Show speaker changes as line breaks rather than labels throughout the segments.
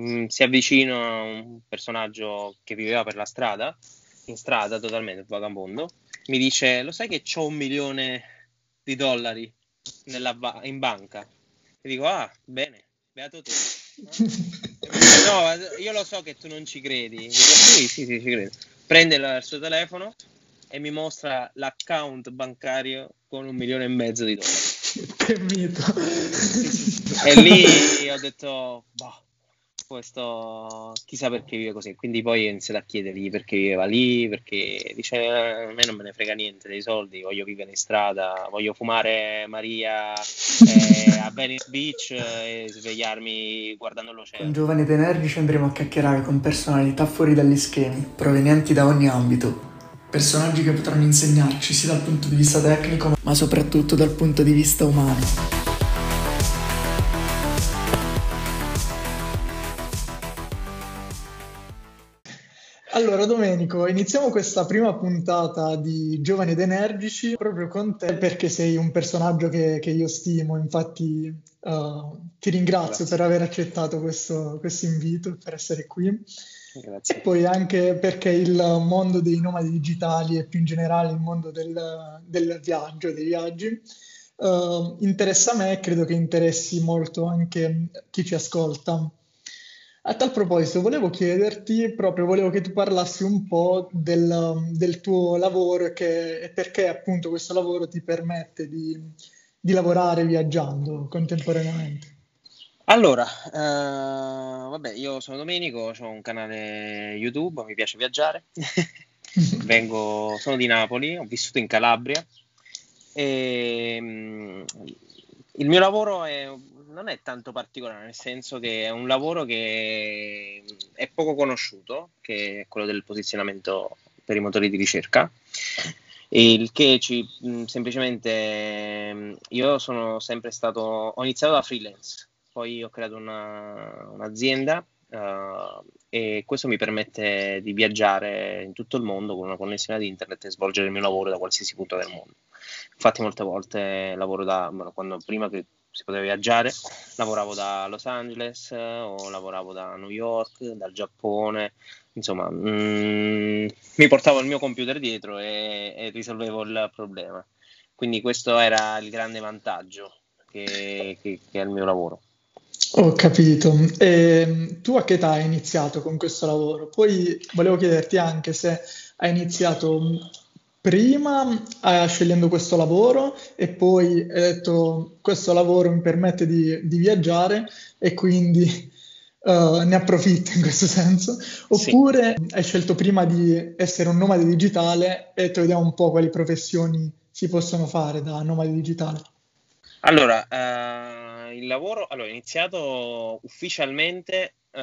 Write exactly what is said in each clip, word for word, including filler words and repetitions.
mm, si avvicina a un personaggio che viveva per la strada, in strada totalmente vagabondo, mi dice: lo sai che c'ho un milione di dollari nella ba- in banca? E dico: ah, bene, beato te. No? E mi dice: no, io lo so che tu non ci credi. Dico: sì, sì, sì, ci credo. Prende il suo telefono e mi mostra l'account bancario con un milione e mezzo di dollari.
Che mito.
Sì, sì, sì. E lì ho detto: boh, questo chissà perché vive così. Quindi poi ho iniziato a chiedergli perché viveva lì, perché dice: "Eh, a me non me ne frega niente dei soldi, voglio vivere in strada, voglio fumare Maria eh, a Venice Beach eh, e svegliarmi guardando
Con
l'oceano."
Giovani ed Energici andremo a chiacchierare con personalità fuori dagli schemi, provenienti da ogni ambito. Personaggi che potranno insegnarci sia dal punto di vista tecnico, ma soprattutto dal punto di vista umano. Allora, Domenico, iniziamo questa prima puntata di Giovani ed Energici proprio con te perché sei un personaggio che, che io stimo, infatti eh, ti ringrazio per
Grazie,
aver accettato questo, questo invito, per essere qui. E
grazie.
poi anche perché il mondo dei nomadi digitali e più in generale il mondo del, del viaggio, dei viaggi, eh, interessa a me e credo che interessi molto anche chi ci ascolta. A tal proposito, volevo chiederti, proprio volevo che tu parlassi un po' del, del tuo lavoro e, che- e perché appunto questo lavoro ti permette di, di lavorare viaggiando contemporaneamente.
Allora, eh, vabbè, io sono Domenico, ho un canale YouTube, mi piace viaggiare. Vengo, sono di Napoli, ho vissuto in Calabria e mm, il mio lavoro è- non è tanto particolare, nel senso che è un lavoro che è poco conosciuto, che è quello del posizionamento per i motori di ricerca. E il che ci mh, semplicemente mh, io sono sempre stato, ho iniziato da freelance, poi ho creato una- un'azienda eh, e questo mi permette di viaggiare in tutto il mondo con una connessione ad internet e svolgere il mio lavoro da qualsiasi punto del mondo. Infatti molte volte lavoro da, bueno, quando prima che si poteva viaggiare, lavoravo da Los Angeles eh, o lavoravo da New York, dal Giappone, insomma, mm, mi portavo il mio computer dietro e, e risolvevo il problema. Quindi questo era il grande vantaggio che, che, che è il mio lavoro.
Ho capito. E tu a che età hai iniziato con questo lavoro? Poi volevo chiederti anche se hai iniziato mh, prima eh, scegliendo questo lavoro e poi hai detto questo lavoro mi permette di, di viaggiare e quindi eh, ne approfitto in questo senso,
Sì.
oppure hai scelto prima di essere un nomade digitale e ti vediamo un po' quali professioni si possono fare da nomade digitale.
Allora, eh, il lavoro, allora, ho iniziato ufficialmente eh,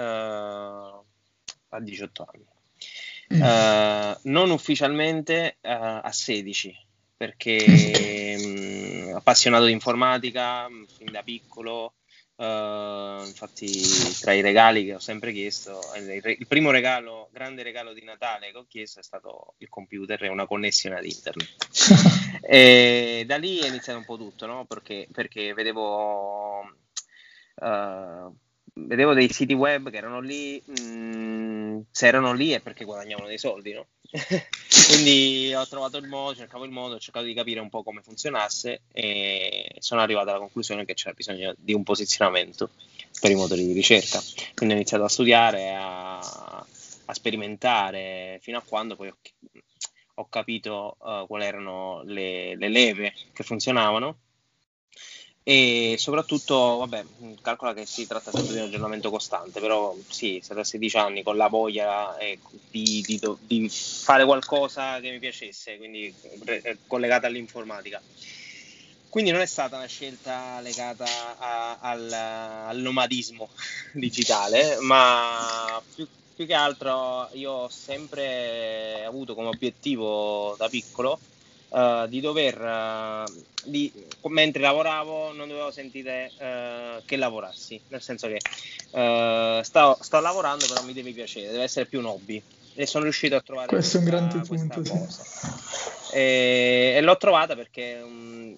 a diciotto anni.
Mm.
Eh, non ufficialmente eh, a sedici, perché mh, appassionato di informatica mh, fin da piccolo. Eh, infatti, tra i regali che ho sempre chiesto, il, il re- il primo regalo, grande regalo di Natale che ho chiesto è stato il computer e una connessione ad internet. E da lì è iniziato un po' tutto, no? Perché, perché vedevo, eh, vedevo dei siti web che erano lì, mh, se erano lì è perché guadagnavano dei soldi, no? Quindi ho trovato il modo, cercavo il modo, ho cercato di capire un po' come funzionasse e sono arrivato alla conclusione che c'era bisogno di un posizionamento per i motori di ricerca. Quindi ho iniziato a studiare, a, a sperimentare, fino a quando poi ho, ho capito uh, quali erano le, le leve che funzionavano e soprattutto, vabbè, calcola che si tratta sempre di un aggiornamento costante, però sì, se da sedici anni con la voglia eh, di, di do- di fare qualcosa che mi piacesse, quindi re- collegata all'informatica. Quindi non è stata una scelta legata a- al, al nomadismo digitale, ma più, più che altro io ho sempre avuto come obiettivo da piccolo eh, di dover, eh, di- mentre lavoravo, non dovevo sentire eh, che lavorassi, nel senso che eh, sto, sto lavorando, però mi deve piacere, deve essere più un hobby. E sono riuscito a trovare
Questo è un grande
questa, questa
punto, sì.
cosa. E, e l'ho trovata perché mh,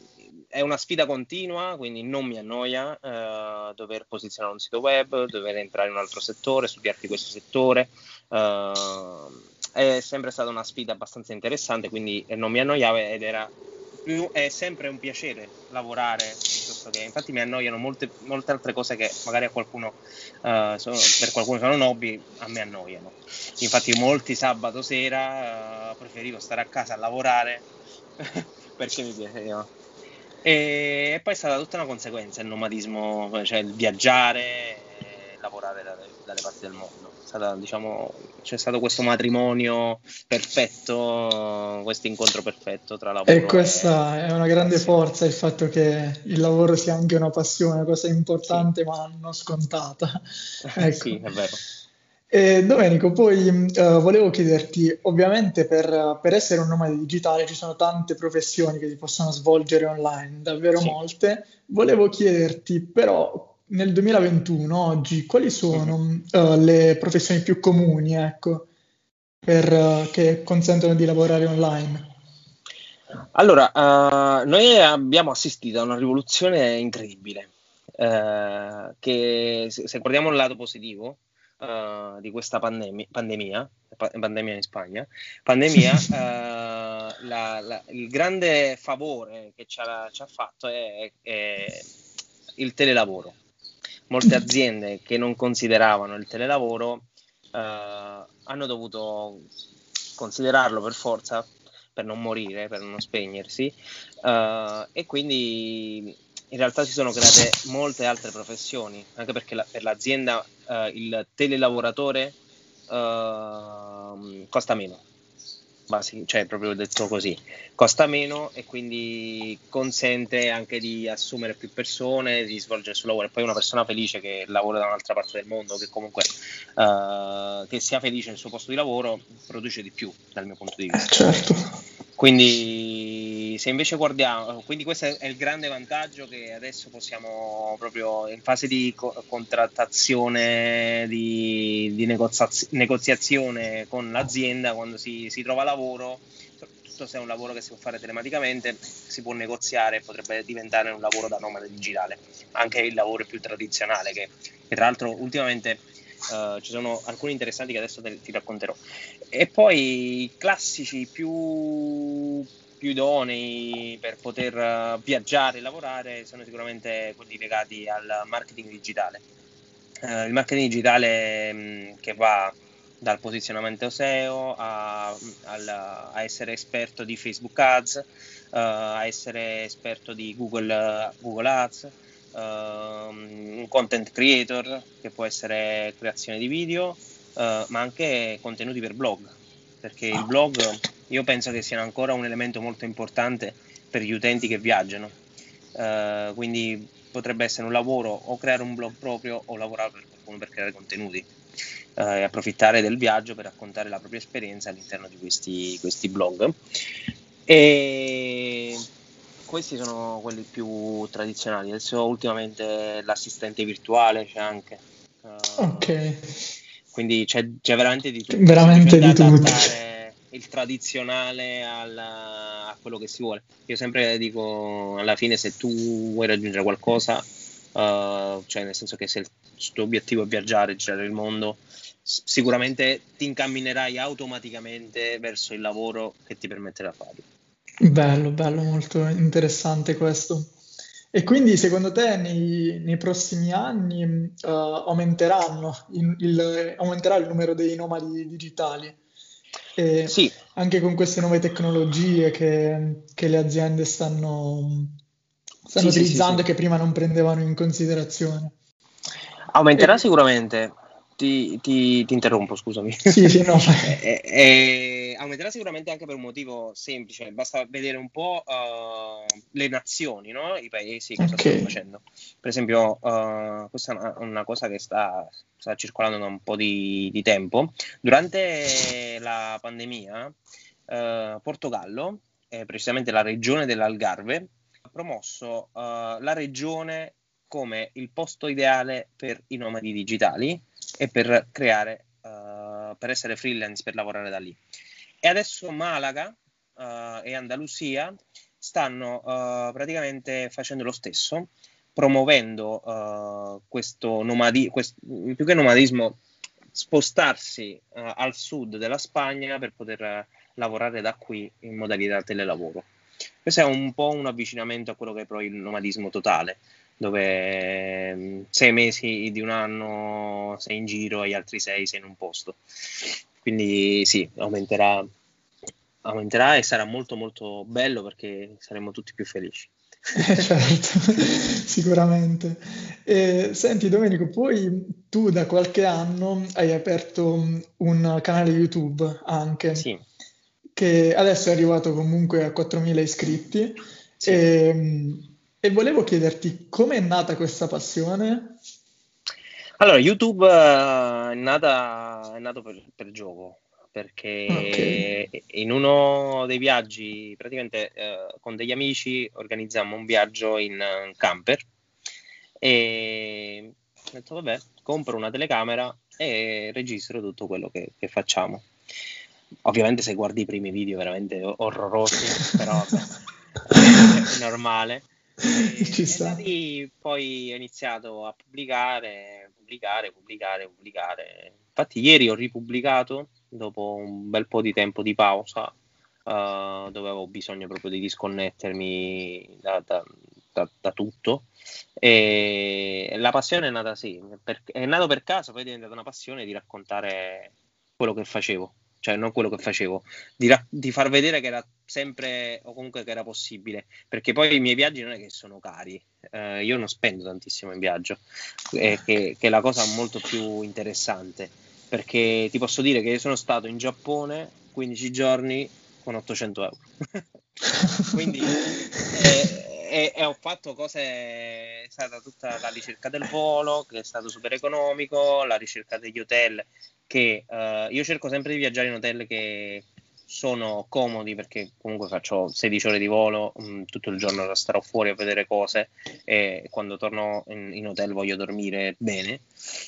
è una sfida continua, quindi non mi annoia eh, dover posizionare un sito web, dover entrare in un altro settore, studiarti questo settore. Eh, è sempre stata una sfida abbastanza interessante, quindi non mi annoiava ed era più, è sempre un piacere lavorare piuttosto che, infatti mi annoiano molte, molte altre cose che magari a qualcuno eh, sono, per qualcuno sono un hobby, a me annoiano. Infatti molti sabato sera eh, preferivo stare a casa a lavorare perché mi piaceva. E, e poi è stata tutta una conseguenza il nomadismo, cioè il viaggiare e lavorare dalle, dalle parti del mondo. È stata, diciamo, c'è stato questo matrimonio perfetto, questo incontro perfetto tra
E
lavoro e
questa è una grande
passione.
forza, il fatto che il lavoro sia anche una passione, una cosa
Sì,
importante ma non scontata. Ecco.
sì, è vero.
E Domenico, poi mh, eh, volevo chiederti, ovviamente per, per essere un nomade digitale ci sono tante professioni che si possono svolgere online, davvero
Sì.
molte. Volevo chiederti però nel duemilaventuno, oggi, quali
Mhm.
sono mh, eh, le professioni più comuni, ecco, per, eh, che consentono di lavorare online?
Allora, eh, noi abbiamo assistito a una rivoluzione incredibile, eh, che se, se guardiamo il lato positivo, eh, di questa pandemi- pandemia, pa- pandemia in Spagna, pandemia, eh, la- la- il grande favore che ci ha, ci ha fatto è, è il telelavoro. Molte aziende che non consideravano il telelavoro eh, hanno dovuto considerarlo per forza per non morire, per non spegnersi, eh, e quindi in realtà si sono create molte altre professioni, anche perché la- per l'azienda eh, il telelavoratore eh, costa meno, basi- cioè proprio detto così, costa meno e quindi consente anche di assumere più persone, di svolgere il suo lavoro. E poi una persona felice che lavora da un'altra parte del mondo, che comunque eh, che sia felice nel suo posto di lavoro, produce di più dal mio punto di
Eh,
vista.
certo.
Quindi, se invece guardiamo, quindi questo è il grande vantaggio che adesso possiamo proprio in fase di co- contrattazione, di, di negozaz- negoziazione con l'azienda, quando si, si trova lavoro, soprattutto se è un lavoro che si può fare telematicamente, si può negoziare e potrebbe diventare un lavoro da nomade digitale, anche il lavoro più tradizionale, che, che tra l'altro ultimamente eh, ci sono alcuni interessanti che adesso te- ti racconterò. E poi i classici più, più idonei per poter eh, viaggiare e lavorare sono sicuramente quelli legati al marketing digitale. Eh, il marketing digitale mh, che va dal posizionamento S E O a, al- a essere esperto di Facebook Ads, eh, a essere esperto di Google, Google Ads, ehm, un content creator che può essere creazione di video, eh, ma anche contenuti per blog, perché il blog io penso che sia ancora un elemento molto importante per gli utenti che viaggiano. Eh, quindi potrebbe essere un lavoro o creare un blog proprio o lavorare per qualcuno per creare contenuti eh, e approfittare del viaggio per raccontare la propria esperienza all'interno di questi, questi blog. E questi sono quelli più tradizionali. Adesso ultimamente l'assistente virtuale c'è anche.
Ok,
Uh, quindi c'è, c'è veramente di tutto, c'è
veramente
bisogno di
di tutto.
adattare il tradizionale al, a quello che si vuole. Io sempre dico, alla fine se tu vuoi raggiungere qualcosa, uh, cioè nel senso che se il tuo obiettivo è viaggiare, girare il mondo, s- sicuramente ti incamminerai automaticamente verso il lavoro che ti permetterà di farlo.
Bello, bello, molto interessante questo. E quindi secondo te nei, nei prossimi anni mh, eh, aumenteranno il, il- aumenterà il numero dei nomadi digitali? E
Sì,
anche con queste nuove tecnologie che, che le aziende stanno, stanno
sì, sì, sì,
utilizzando
sì.
e che prima non prendevano in considerazione.
Aumenterà
E,
sicuramente. Ti, ti- ti interrompo, scusami.
sì, sì, no,
E- e- aumenterà sicuramente anche per un motivo semplice, basta vedere un po' eh, le nazioni, no? I paesi cosa
ok.
stanno facendo. Per esempio, eh, questa è una, una cosa che sta, sta circolando da un po' di, di tempo. Durante la pandemia, eh, Portogallo, eh, precisamente la regione dell'Algarve, ha promosso eh, la regione come il posto ideale per i nomadi digitali e per creare, eh, per essere freelance, per lavorare da lì. E adesso Malaga eh, e Andalusia stanno uh, praticamente facendo lo stesso, promuovendo uh, questo nomadismo, quest- più che nomadismo, spostarsi uh, al sud della Spagna per poter uh, lavorare da qui in modalità telelavoro. Questo è un po' un avvicinamento a quello che è poi il nomadismo totale, dove um, sei mesi di un anno sei in giro e gli altri sei sei in un posto. Quindi sì, aumenterà, aumenterà e sarà molto molto bello perché saremo tutti più felici.
Eh, certo, sicuramente. E, senti Domenico, poi tu da qualche anno hai aperto mm, un canale YouTube anche,
Sì,
che adesso è arrivato comunque a quattromila iscritti
sì.
e, mm, e volevo chiederti come è nata questa passione?
Allora, YouTube eh, è nata, è nato per, per gioco,
Ok.
perché in uno dei viaggi, praticamente eh, con degli amici, organizzammo un viaggio in eh, camper e ho detto, vabbè, compro una telecamera e registro tutto quello che, che facciamo. Ovviamente se guardi i primi video veramente orrorosi, però vabbè, è normale.
Ci
E, e da
sta.
lì poi ho iniziato a pubblicare, pubblicare, pubblicare, pubblicare. Infatti ieri ho ripubblicato dopo un bel po' di tempo di pausa, eh, dove avevo bisogno proprio di disconnettermi da, da- da- da tutto. E la passione è nata sì, per- è nato per caso, poi è diventata una passione di raccontare quello che facevo, cioè non quello che facevo, di, ra- di far vedere che era sempre o comunque che era possibile, perché poi i miei viaggi non è che sono cari, eh, io non spendo tantissimo in viaggio, eh, che, che è la cosa molto più interessante, perché ti posso dire che sono stato in Giappone quindici giorni con ottocento euro. Quindi e, e- e ho fatto cose, è stata tutta la ricerca del volo, che è stato super economico, la ricerca degli hotel, che eh, io cerco sempre di viaggiare in hotel che sono comodi, perché comunque faccio sedici ore di volo, mh, tutto il giorno starò fuori a vedere cose e quando torno in, in hotel voglio dormire bene.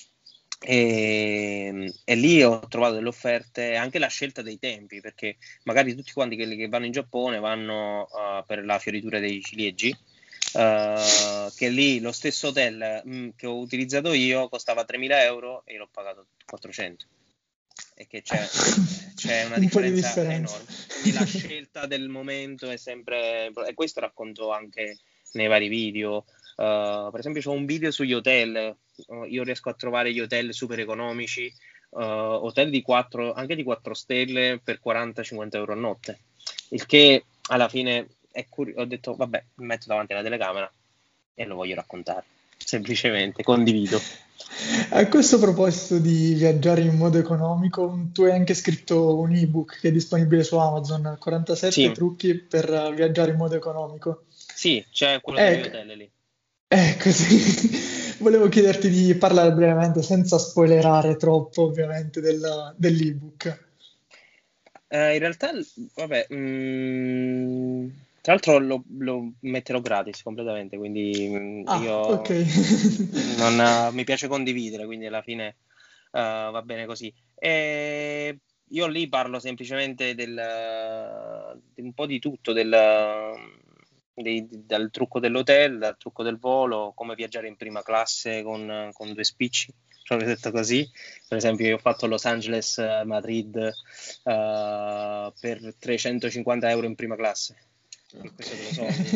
E, e lì ho trovato delle offerte e anche la scelta dei tempi, perché magari tutti quanti quelli che vanno in Giappone vanno uh, per la fioritura dei ciliegi, uh, che lì lo stesso hotel mh, che ho utilizzato io costava tremila euro e io l'ho pagato quattrocento, e che c'è, c'è una
Un po' di
differenza
differenza.
enorme. Quindi la scelta del momento è sempre, e questo racconto anche nei vari video. Uh, per esempio, c'è un video sugli hotel. Uh, io riesco a trovare gli hotel super economici, uh, hotel di quattro, anche di quattro stelle per quaranta cinquanta euro a notte. Il che alla fine è cur- ho detto, vabbè, mi metto davanti alla telecamera e lo voglio raccontare. Semplicemente condivido.
A questo proposito di viaggiare in modo economico, tu hai anche scritto un ebook che è disponibile su Amazon, quarantasette
Sì,
trucchi per eh, viaggiare in modo economico.
sì, c'è quello degli
Ecco,
hotel lì.
ecco, sì. Volevo chiederti di parlare brevemente, senza spoilerare troppo, ovviamente, del- dell'ebook.
Eh, in realtà, vabbè, mm, tra l'altro lo, lo metterò gratis completamente, quindi mm,
Ah, ok.
io non, eh, mi piace condividere, quindi alla fine eh, va bene così. E io lì parlo semplicemente del, di un po' di tutto, del, dei- dal trucco dell'hotel, dal trucco del volo, come viaggiare in prima classe con, con due spicci, proprio detto così. Per esempio, io ho fatto Los Angeles, eh, Madrid, eh, per trecentocinquanta euro in prima classe, che
Ok.
questo te lo sogni.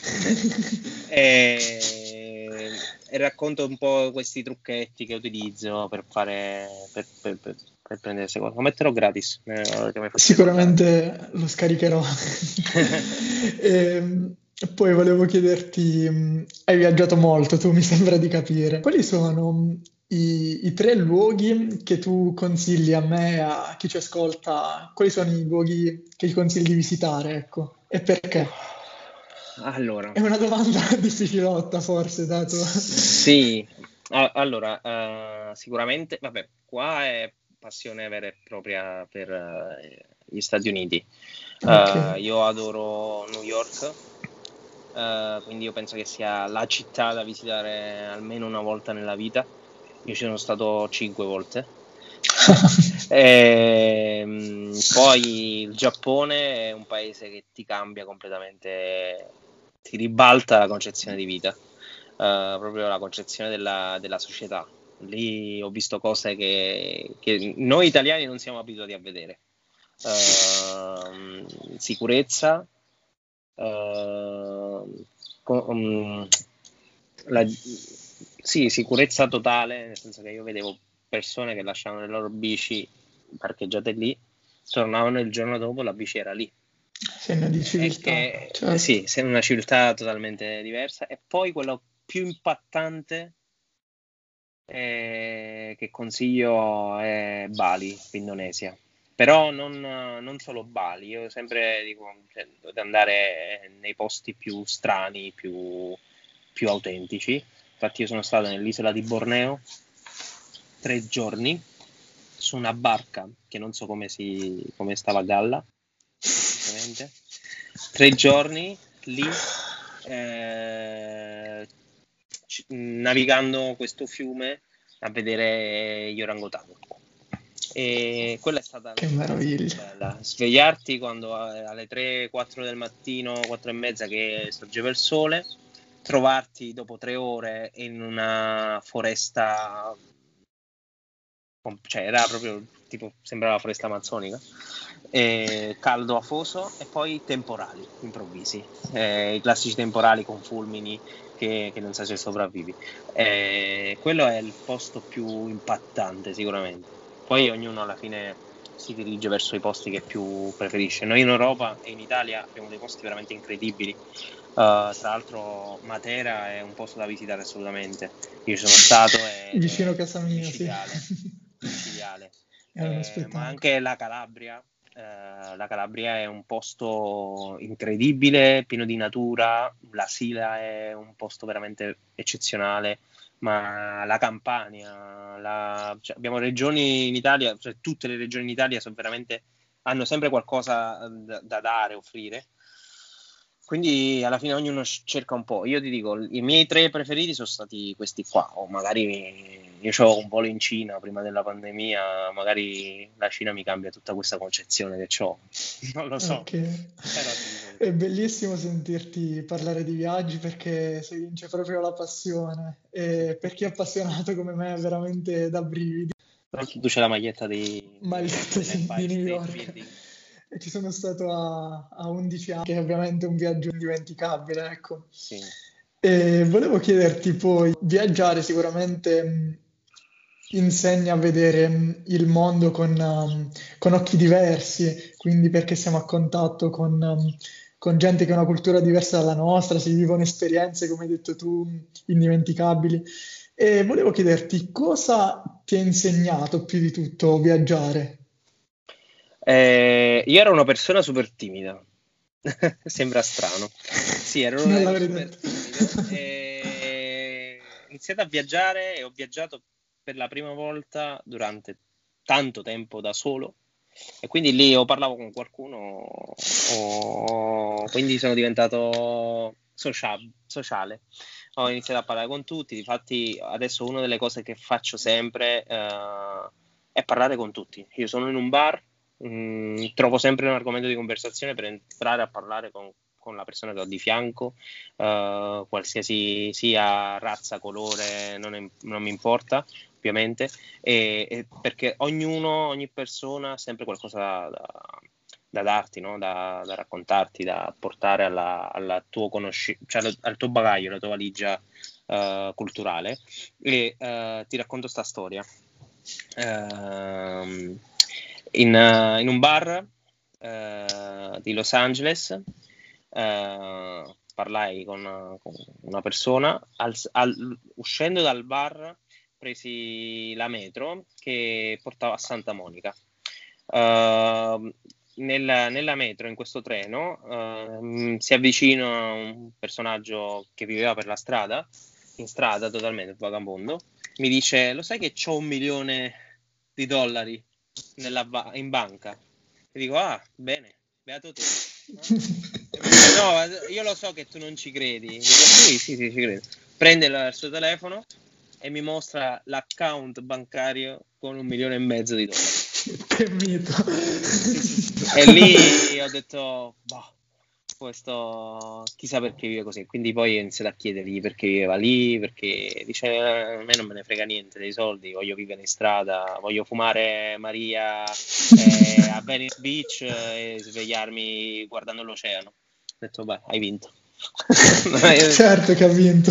e, e racconto un po' questi trucchetti che utilizzo per fare per, per, per, per prendere queste cose. Lo metterò gratis, eh, ora che mi hai fatto ricordare.
Sicuramente lo scaricherò. Ehm, poi volevo chiederti, mh, hai viaggiato molto, tu mi sembra di capire. Quali sono mh, i, i tre luoghi che tu consigli a me e a chi ci ascolta? Quali sono i luoghi che ti consigli di visitare, ecco? E perché?
Allora,
È una domanda difficilotta, forse, dato...
sì, a- allora, eh, sicuramente, vabbè, qua è passione vera e propria per eh, gli Stati Uniti.
Ok.
Eh, io adoro New York, eh, quindi io penso che sia la città da visitare almeno una volta nella vita. Io ci sono stato cinque volte. E, mh, poi il Giappone è un paese che ti cambia completamente, ti ribalta la concezione di vita, uh, proprio la concezione della, della società. Lì ho visto cose che, che noi italiani non siamo abituati a vedere. Uh, sicurezza, uh, con, um, la, sì, sicurezza totale, nel senso che io vedevo persone che lasciavano le loro bici parcheggiate lì, tornavano il giorno dopo, la bici era lì.
Segno di
E
civiltà,
che,
certo.
sì, è una civiltà totalmente diversa. E poi quello più impattante eh, che consiglio è Bali, Indonesia. Però non, non solo Bali, io sempre dico, cioè, dovete andare nei posti più strani, più, più autentici. Infatti io sono stato nell'isola di Borneo tre giorni su una barca che non so come, si, come stava a galla, precisamente. Tre giorni lì eh, c- navigando questo fiume a vedere gli orangutani. E quella è stata
Che
l'esperienza più
meraviglia.
bella. Svegliarti quando eh, alle tre quattro del mattino, quattro e mezza che sorgeva il sole, trovarti dopo tre ore in una foresta, cioè era proprio tipo, sembrava la foresta amazzonica, e caldo afoso e poi temporali improvvisi, eh, i classici temporali con fulmini che, che non sai se sopravvivi. Eh, quello è il posto più impattante sicuramente. Poi ognuno alla fine si dirige verso i posti che più preferisce. Noi in Europa e in Italia abbiamo dei posti veramente incredibili. Uh, tra l'altro Matera è un posto da visitare assolutamente. Io ci sono stato ed
Vicino a
è
casa mia, sì.
micidiale, micidiale.
È uno
Eh, ma
spettacolo.
anche la Calabria. Eh, la Calabria è un posto incredibile, pieno di natura. La Sila è un posto veramente eccezionale. Ma la Campania, la... cioè, abbiamo regioni in Italia, cioè tutte le regioni in Italia sono veramente, hanno sempre qualcosa da, da dare, offrire. Quindi alla fine ognuno cerca un po'. Io ti dico, i miei tre preferiti sono stati questi qua. O magari io avevo un volo in Cina prima della pandemia, magari la Cina mi cambia tutta questa concezione che ho. Non lo so.
Ok.
Però ti dico,
È bellissimo sentirti parlare di viaggi perché si vince proprio la passione e per chi è appassionato come me è veramente da brividi.
tra l'altro tu c'hai la maglietta di New York,
Maledetto, sì, di
dell'Empire
New
State
York.
Building.
E ci sono stato a, a undici anni, che è ovviamente un viaggio indimenticabile, ecco.
Sì.
E volevo chiederti poi, viaggiare sicuramente mh, insegna a vedere mh, il mondo con, um, con occhi diversi, quindi perché siamo a contatto con, um, con gente che ha una cultura diversa dalla nostra, si vivono esperienze, come hai detto tu, mh, indimenticabili. E volevo chiederti cosa ti ha insegnato più di tutto viaggiare?
Eh, io ero una persona super timida. Sembra strano. Sì, ero,
Non
ero
l'avrei
super
detto.
timido e ho iniziato a viaggiare e ho viaggiato per la prima volta durante tanto tempo da solo e quindi lì o parlavo con qualcuno o quindi sono diventato socia- sociale. Ho iniziato a parlare con tutti, difatti adesso una delle cose che faccio sempre eh, è parlare con tutti. Io sono in un bar. Mm, trovo sempre un argomento di conversazione per entrare a parlare con, con la persona che ho di fianco, eh, qualsiasi sia razza, colore, non, è- non mi importa, ovviamente, e, e perché ognuno, ogni persona ha sempre qualcosa da, da- da darti, no? Da, da raccontarti, da portare alla, alla tuo conosci- cioè al, al tuo bagaglio, alla tua valigia eh, culturale. E eh, ti racconto sta storia. Ehm, in, eh, in un bar eh, di Los Angeles eh, parlai con, con una persona, al- al- uscendo dal bar presi la metro che portava a Santa Monica. Uh, nella, nella metro, in questo treno, uh, si avvicina un personaggio che viveva per la strada, in strada totalmente vagabondo, mi dice: lo sai che c'ho un milione di dollari nella ba- in banca? E dico: ah, bene, beato te. No? E mi dice: no, io lo so che tu non ci credi. Dico: sì, sì, sì, ci credo. Prende il suo telefono, e mi mostra l'account bancario con un milione e mezzo di dollari.
Che mito.
Sì, sì, sì. E lì ho detto, boh, questo chissà perché vive così. Quindi poi ho iniziato a chiedergli perché viveva lì, perché dice, "Eh, a me non me ne frega niente dei soldi, voglio vivere in strada, voglio fumare Maria eh, a Venice Beach eh, e svegliarmi guardando l'oceano." Ho detto, beh, hai vinto.
Certo che ha vinto.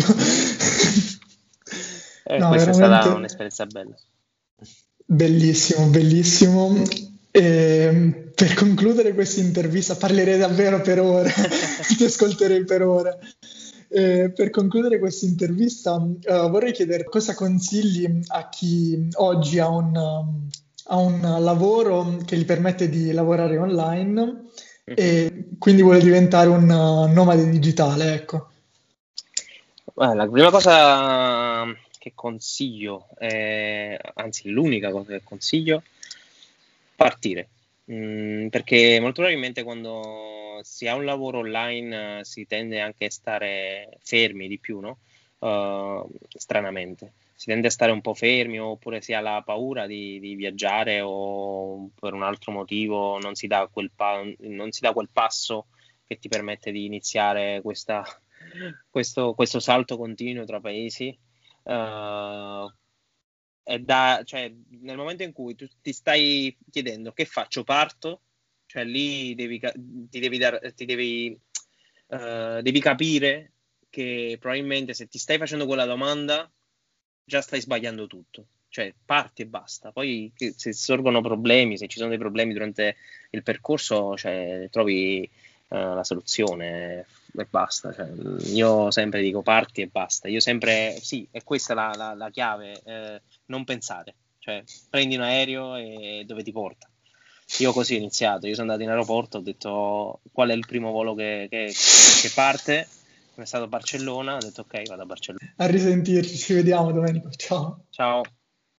E
No,
questa è stata
veramente
un'esperienza bella.
bellissimo, bellissimo. E per concludere questa intervista, parlerei davvero per ore, ti ascolterei per ore. E per concludere questa intervista, eh, vorrei chiedere cosa consigli a chi oggi ha un, um, ha un lavoro che gli permette di lavorare online
Mhm.
e quindi vuole diventare un uh, nomade digitale, ecco.
Guarda, la prima cosa che consiglio, è- anzi l'unica cosa che consiglio, partire. Mm, perché molto probabilmente quando si ha un lavoro online eh, si tende anche a stare fermi di più, no? Uh, stranamente. Si tende a stare un po' fermi oppure si ha la paura di, di viaggiare o per un altro motivo non si dà quel, pa- non si dà quel passo che ti permette di iniziare questa questo, questo salto continuo tra paesi. eh, è da, cioè, nel momento in cui tu ti stai chiedendo che faccio, parto, cioè lì devi, ca- ti devi, dar- ti devi, eh, devi capire che probabilmente se ti stai facendo quella domanda già stai sbagliando tutto. Cioè, parti e basta. Poi che- se sorgono problemi, se ci sono dei problemi durante il percorso, cioè, trovi eh, la soluzione e basta. Cioè, io sempre dico parti e basta. Io sempre, sì, e questa è la, la- la chiave, eh, non pensare. Cioè, prendi un aereo e dove ti porta. Io così ho iniziato, io sono andato in aeroporto, ho detto qual è il primo volo che, che- che parte, come è stato a Barcellona, ho detto ok, vado a Barcellona.
A risentirci, ci vediamo Domenico, ciao.
Ciao.